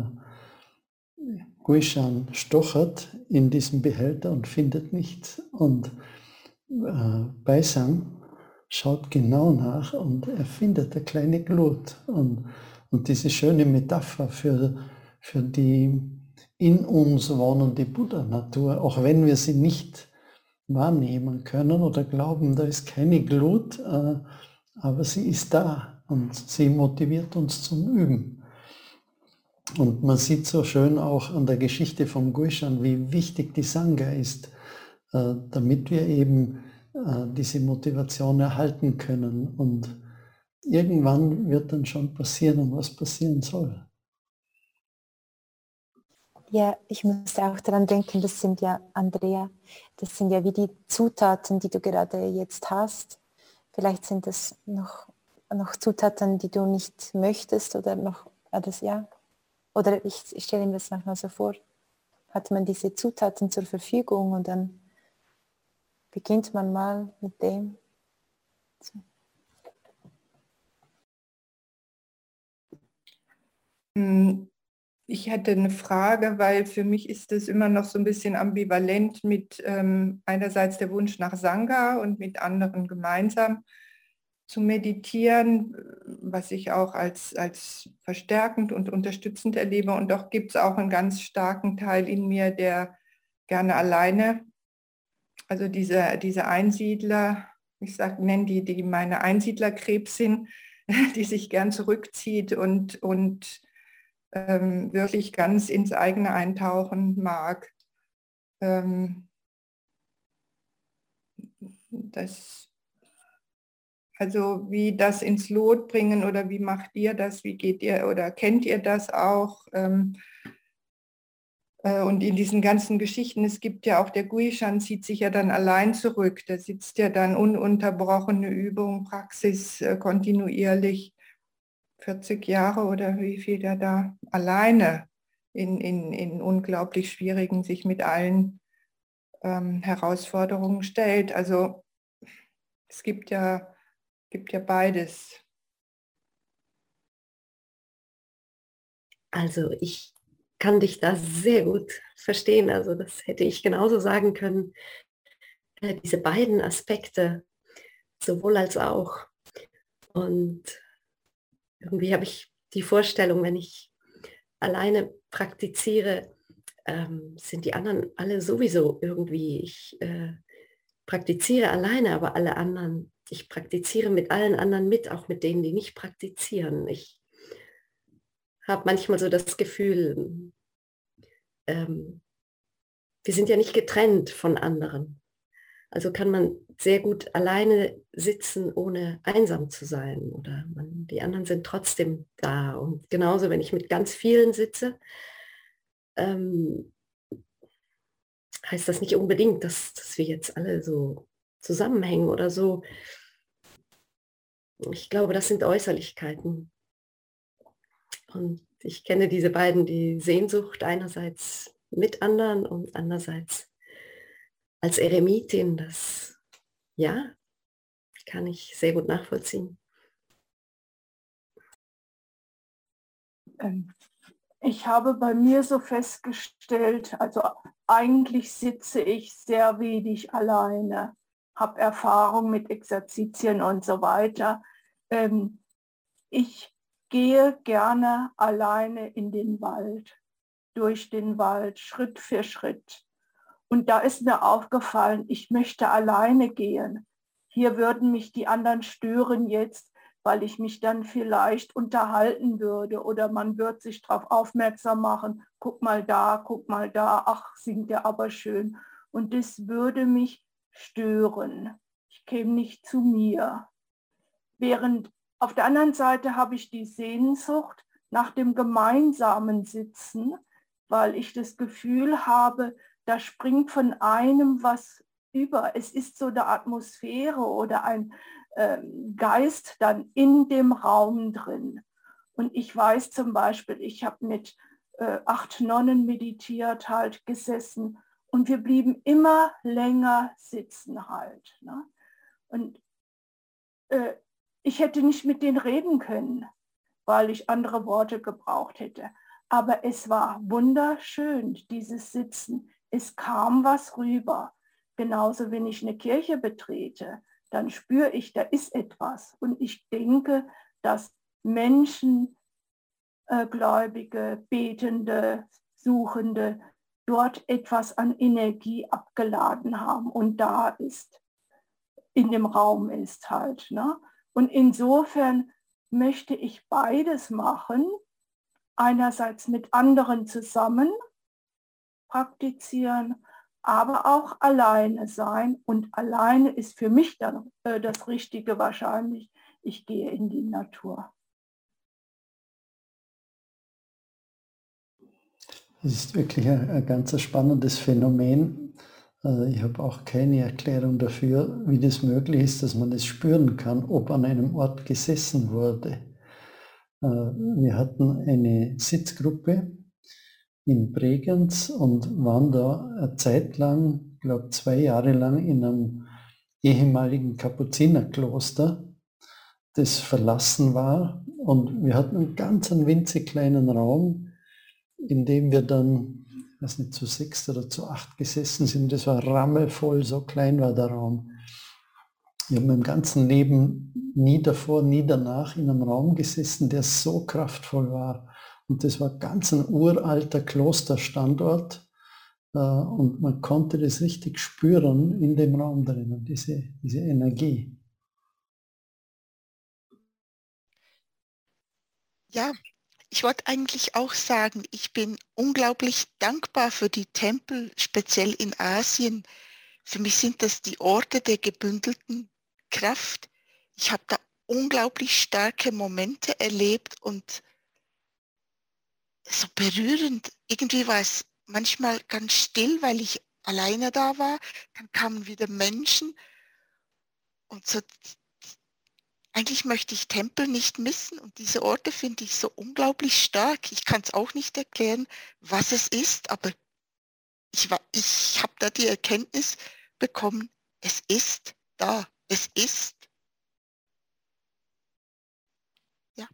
Guishan stochert in diesem Behälter und findet nichts. Und Baisang schaut genau nach und er findet eine kleine Glut. Und diese schöne Metapher für die in uns wohnende Buddha-Natur, auch wenn wir sie nicht wahrnehmen können oder glauben, da ist keine Glut, aber sie ist da und sie motiviert uns zum Üben. Und man sieht so schön auch an der Geschichte vom Guishan, wie wichtig die Sangha ist, damit wir eben diese Motivation erhalten können. Und irgendwann wird dann schon passieren, was passieren soll. Ja, ich musste auch daran denken, das sind ja, Andrea, das sind ja wie die Zutaten, die du gerade jetzt hast. Vielleicht sind das noch Zutaten, die du nicht möchtest oder noch, das ja. Oder ich stelle mir das manchmal so vor, hat man diese Zutaten zur Verfügung und dann beginnt man mal mit dem. So. Ich hatte eine Frage, weil für mich ist es immer noch so ein bisschen ambivalent mit einerseits der Wunsch nach Sangha und mit anderen gemeinsam zu meditieren, was ich auch als verstärkend und unterstützend erlebe. Und doch gibt es auch einen ganz starken Teil in mir, der gerne alleine, also diese Einsiedler, ich nenne die meine Einsiedlerkrebs sind, die sich gern zurückzieht und wirklich ganz ins eigene eintauchen mag. Also wie das ins Lot bringen oder wie macht ihr das, wie geht ihr oder kennt ihr das auch? Und in diesen ganzen Geschichten, es gibt ja auch, der Guishan zieht sich ja dann allein zurück, da sitzt ja dann ununterbrochene Übung, Praxis kontinuierlich 40 Jahre oder wie viel er da alleine in unglaublich schwierigen, sich mit allen Herausforderungen stellt. Also es gibt ja beides. Also ich kann dich da sehr gut verstehen. Also das hätte ich genauso sagen können. Diese beiden Aspekte, sowohl als auch. Und irgendwie habe ich die Vorstellung, wenn ich alleine praktiziere, sind die anderen alle sowieso irgendwie, ich praktiziere alleine, aber alle anderen, ich praktiziere mit allen anderen mit, auch mit denen, die nicht praktizieren. Ich habe manchmal so das Gefühl, wir sind ja nicht getrennt von anderen. Also kann man sehr gut alleine sitzen, ohne einsam zu sein. Oder die anderen sind trotzdem da. Und genauso, wenn ich mit ganz vielen sitze, heißt das nicht unbedingt, dass wir jetzt alle so zusammenhängen oder so. Ich glaube, das sind Äußerlichkeiten. Und ich kenne diese beiden, die Sehnsucht einerseits mit anderen und andererseits als Eremitin, das, ja, kann ich sehr gut nachvollziehen. Ich habe bei mir so festgestellt, also eigentlich sitze ich sehr wenig alleine, habe Erfahrung mit Exerzitien und so weiter. Ich gehe gerne alleine in den Wald, durch den Wald, Schritt für Schritt. Und da ist mir aufgefallen, ich möchte alleine gehen. Hier würden mich die anderen stören jetzt, weil ich mich dann vielleicht unterhalten würde oder man wird sich darauf aufmerksam machen, guck mal da, ach, singt er aber schön. Und das würde mich stören. Ich käme nicht zu mir. Während auf der anderen Seite habe ich die Sehnsucht nach dem gemeinsamen Sitzen, weil ich das Gefühl habe, da springt von einem was über. Es ist so eine Atmosphäre oder ein Geist dann in dem Raum drin. Und ich weiß zum Beispiel, ich habe mit 8 Nonnen meditiert, halt gesessen Und wir blieben immer länger sitzen halt. Ne? Und ich hätte nicht mit denen reden können, weil ich andere Worte gebraucht hätte. Aber es war wunderschön, dieses Sitzen. Es kam was rüber. Genauso, wenn ich eine Kirche betrete, dann spüre ich, da ist etwas. Und ich denke, dass Menschen, Gläubige, Betende, Suchende, dort etwas an Energie abgeladen haben und da ist, in dem Raum ist halt. Ne? Und insofern möchte ich beides machen, einerseits mit anderen zusammen praktizieren, aber auch alleine sein. Und alleine ist für mich dann das Richtige wahrscheinlich. Ich gehe in die Natur. Das ist wirklich ein ganz spannendes Phänomen. Ich habe auch keine Erklärung dafür, wie das möglich ist, dass man es spüren kann, ob an einem Ort gesessen wurde. Wir hatten eine Sitzgruppe in Bregenz und waren da eine Zeit lang, ich glaube 2 Jahre lang, in einem ehemaligen Kapuzinerkloster, das verlassen war. Und wir hatten einen ganz winzig kleinen Raum, in dem wir dann, ich weiß nicht, zu 6 oder zu 8 gesessen sind. Das war rammelvoll, so klein war der Raum. Ich habe im ganzen Leben nie davor, nie danach in einem Raum gesessen, der so kraftvoll war. Und das war ganz ein uralter Klosterstandort. Und man konnte das richtig spüren in dem Raum drinnen, diese Energie. Ja, ich wollte eigentlich auch sagen, ich bin unglaublich dankbar für die Tempel, speziell in Asien. Für mich sind das die Orte der gebündelten Kraft. Ich habe da unglaublich starke Momente erlebt und so berührend. Irgendwie war es manchmal ganz still, weil ich alleine da war. Dann kamen wieder Menschen und so. Eigentlich möchte ich Tempel nicht missen und diese Orte finde ich so unglaublich stark. Ich kann es auch nicht erklären, was es ist, aber ich habe da die Erkenntnis bekommen, es ist da, es ist. Ja.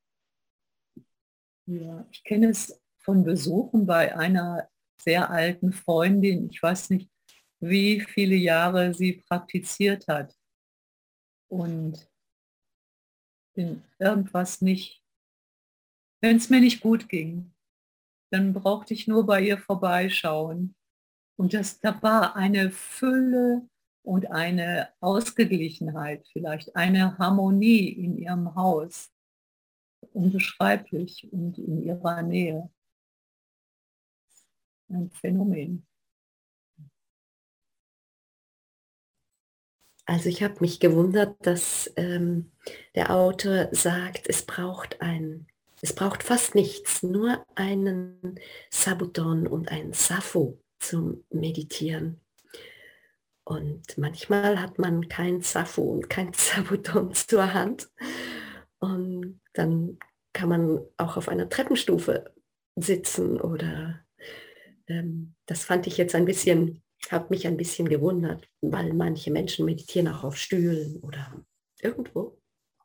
Ja, ich kenne es von Besuchen bei einer sehr alten Freundin. Ich weiß nicht, wie viele Jahre sie praktiziert hat. Und wenn irgendwas nicht, wenn es mir nicht gut ging, dann brauchte ich nur bei ihr vorbeischauen. Und da war eine Fülle und eine Ausgeglichenheit, vielleicht eine Harmonie in ihrem Haus. Unbeschreiblich und in ihrer Nähe. Ein Phänomen. Also ich habe mich gewundert, dass der Autor sagt, es braucht fast nichts, nur einen Sabuton und einen Sappho zum Meditieren. Und manchmal hat man kein Sappho und kein Sabuton zur Hand. Und dann kann man auch auf einer Treppenstufe sitzen oder das fand ich jetzt hat mich ein bisschen gewundert, weil manche Menschen meditieren auch auf Stühlen oder irgendwo.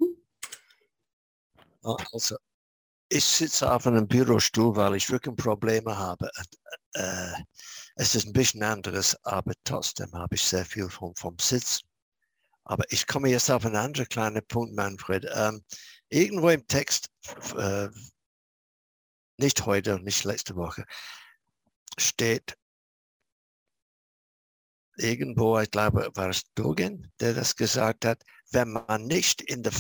Also, ich sitze auf einem Bürostuhl, weil ich Rückenprobleme habe. Es ist ein bisschen anderes, aber trotzdem habe ich sehr viel vom Sitzen. Aber ich komme jetzt auf einen anderen kleinen Punkt, Manfred. Irgendwo im Text, nicht heute und nicht letzte Woche, steht irgendwo, ich glaube, war es Dogen, der das gesagt hat, wenn man nicht in der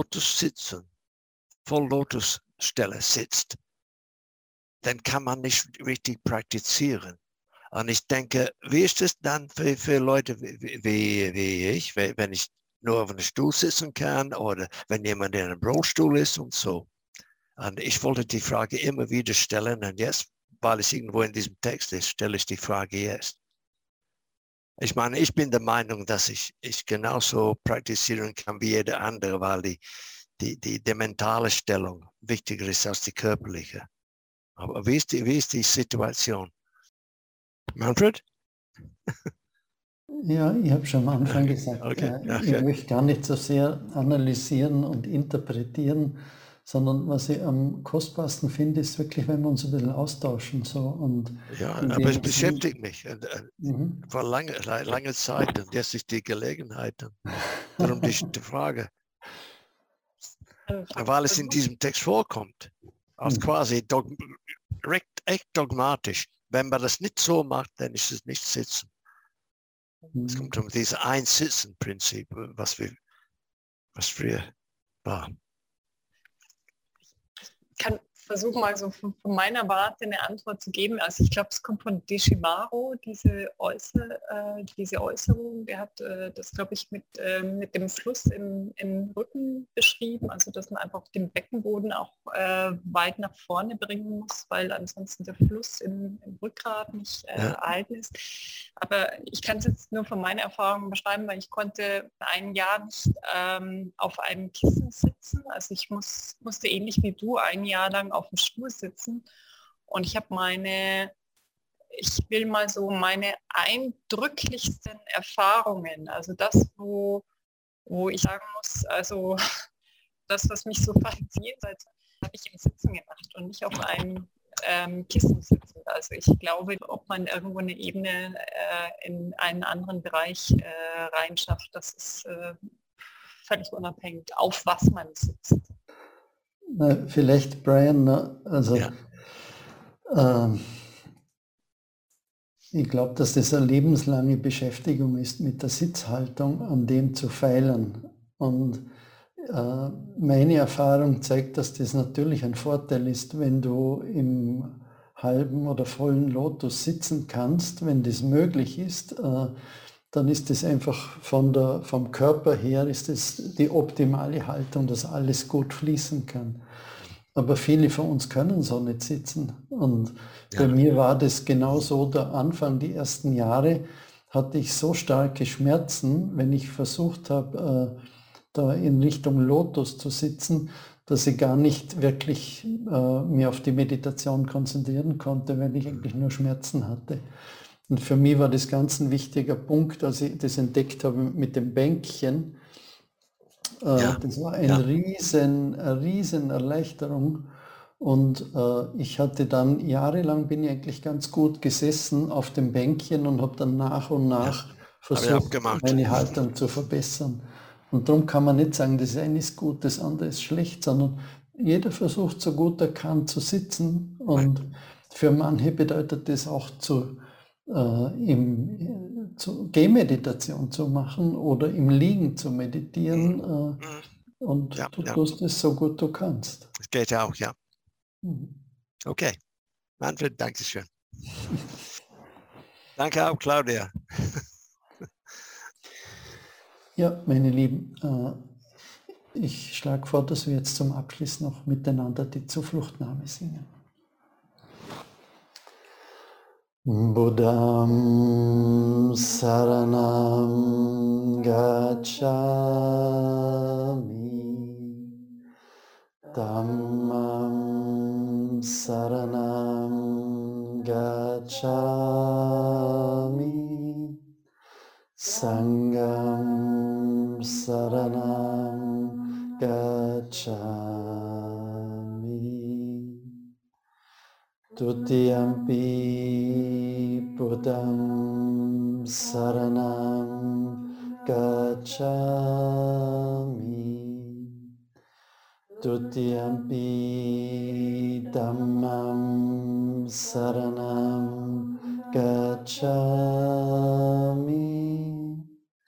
Volllotusstelle sitzt, dann kann man nicht richtig praktizieren. Und ich denke, wie ist es dann für Leute wie ich, wenn ich nur auf einem Stuhl sitzen kann oder wenn jemand in einem Rollstuhl ist und so. Und ich wollte die Frage immer wieder stellen und jetzt, weil es irgendwo in diesem Text ist, stelle ich die Frage jetzt. Ich meine, ich bin der Meinung, dass ich genauso praktizieren kann wie jeder andere, weil die mentale Stellung wichtiger ist als die körperliche. Aber wie ist die Situation? Manfred? Ja, ich habe schon am Anfang gesagt, ich möchte gar nicht so sehr analysieren und interpretieren, sondern was ich am kostbarsten finde, ist wirklich, wenn wir uns ein bisschen austauschen. So, und ja, aber es beschäftigt mich vor langer Zeit und jetzt ist die Gelegenheit. Darum die Frage. Weil es in diesem Text vorkommt, als quasi echt dogmatisch. Wenn man das nicht so macht, dann ist es nicht Sitzen. Es kommt um dieses Ein-Sitzen-Prinzip, was früher war. Ich kann versuchen, mal so von meiner Warte eine Antwort zu geben. Also ich glaube, es kommt von Deshimaru, diese Äußerung. Der hat das, glaube ich, mit dem Fluss im Rücken beschrieben. Also dass man einfach den Beckenboden auch weit nach vorne bringen muss, weil ansonsten der Fluss im Rückgrat nicht erhalten ist. Aber ich kann es jetzt nur von meiner Erfahrung beschreiben, weil ich konnte ein Jahr nicht auf einem Kissen sitzen. Also ich musste ähnlich wie du ein Jahr lang auf dem Stuhl sitzen und ich habe meine eindrücklichsten Erfahrungen, also das, wo ich sagen muss, also das, was mich so fasziniert hat, habe ich im Sitzen gemacht und nicht auf einem Kissen sitzen. Also ich glaube, ob man irgendwo eine Ebene in einen anderen Bereich reinschafft, das ist völlig unabhängig, auf was man sitzt. Vielleicht, Brian, also ich glaube, dass das eine lebenslange Beschäftigung ist, mit der Sitzhaltung an dem zu feilen. Und meine Erfahrung zeigt, dass das natürlich ein Vorteil ist, wenn du im halben oder vollen Lotus sitzen kannst, wenn das möglich ist, dann ist das einfach vom Körper her ist das die optimale Haltung, dass alles gut fließen kann. Aber viele von uns können so nicht sitzen. Und bei mir war das genauso der Anfang, die ersten Jahre hatte ich so starke Schmerzen, wenn ich versucht habe, da in Richtung Lotus zu sitzen, dass ich gar nicht wirklich mir auf die Meditation konzentrieren konnte, weil ich eigentlich nur Schmerzen hatte. Und für mich war das ganz ein wichtiger Punkt, als ich das entdeckt habe mit dem Bänkchen. Das war eine riesen Erleichterung. Und ich hatte dann jahrelang, bin ich eigentlich ganz gut gesessen auf dem Bänkchen und habe dann nach und nach versucht, meine Haltung zu verbessern. Und darum kann man nicht sagen, das eine ist gut, das andere ist schlecht, sondern jeder versucht so gut er kann zu sitzen. Und für manche bedeutet das auch Gehmeditation zu machen oder im Liegen zu meditieren. Und du tust es so gut du kannst. Das geht ja auch, ja. Okay. Manfred, danke schön. Danke auch, Claudia. Ja, meine Lieben, ich schlage vor, dass wir jetzt zum Abschluss noch miteinander die Zufluchtnahme singen. Buddham Saranam Gacchami Dhammam Saranam Gacchami Sangham Saranam Gacchami Tutiyampi Buddham Saranam Gacchami Tutiyampi Dhammam Saranam Gacchami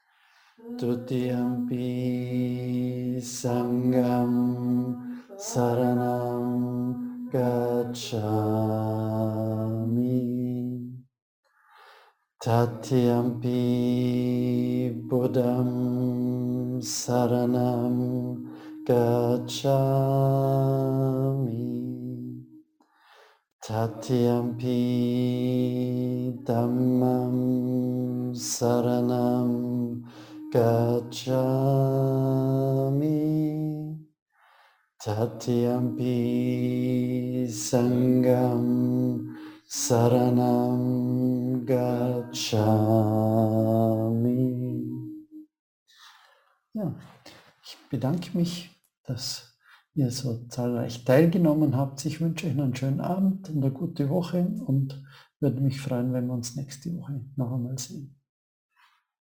Tutiyampi Sangham Saranam Gacchami Tatyampi Buddham Saranam Gacchami Tatyampi Dhammam Saranam Gacchami Tatyampi Sangham Saranam gacchami. Ja, ich bedanke mich, dass ihr so zahlreich teilgenommen habt. Ich wünsche euch einen schönen Abend und eine gute Woche und würde mich freuen, wenn wir uns nächste Woche noch einmal sehen.